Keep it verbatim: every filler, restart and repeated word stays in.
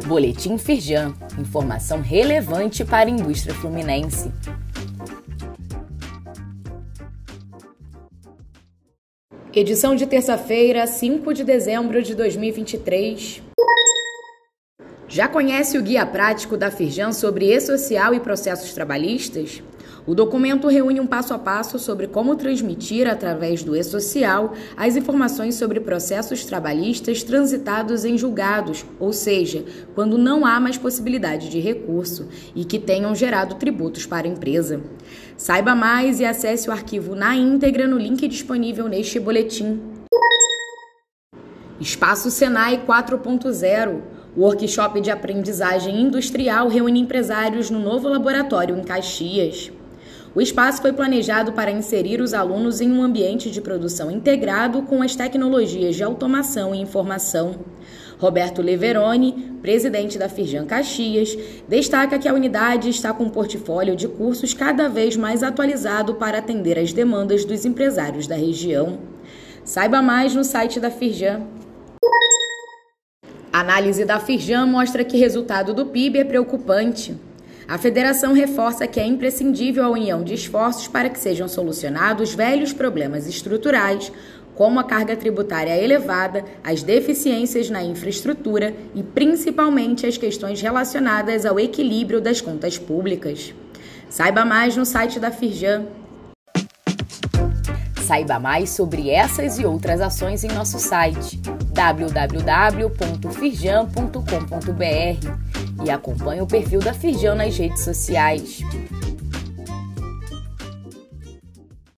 Boletim Firjan, informação relevante para a indústria fluminense. Edição de terça-feira, cinco de dezembro de dois mil e vinte e três. Já conhece o Guia Prático da Firjan sobre E-Social e processos trabalhistas? O documento reúne um passo a passo sobre como transmitir, através do E-Social, as informações sobre processos trabalhistas transitados em julgados, ou seja, quando não há mais possibilidade de recurso e que tenham gerado tributos para a empresa. Saiba mais e acesse o arquivo na íntegra no link disponível neste boletim. Espaço Senai quatro ponto zero. O workshop de aprendizagem industrial reúne empresários no novo laboratório em Caxias. O espaço foi planejado para inserir os alunos em um ambiente de produção integrado com as tecnologias de automação e informação. Roberto Leveroni, presidente da Firjan Caxias, destaca que a unidade está com um portfólio de cursos cada vez mais atualizado para atender às demandas dos empresários da região. Saiba mais no site da Firjan. A análise da Firjan mostra que o resultado do P I B é preocupante. A federação reforça que é imprescindível a união de esforços para que sejam solucionados velhos problemas estruturais, como a carga tributária elevada, as deficiências na infraestrutura e, principalmente, as questões relacionadas ao equilíbrio das contas públicas. Saiba mais no site da Firjan. Saiba mais sobre essas e outras ações em nosso site w w w ponto firjan ponto com ponto b r e acompanhe o perfil da Firjan nas redes sociais.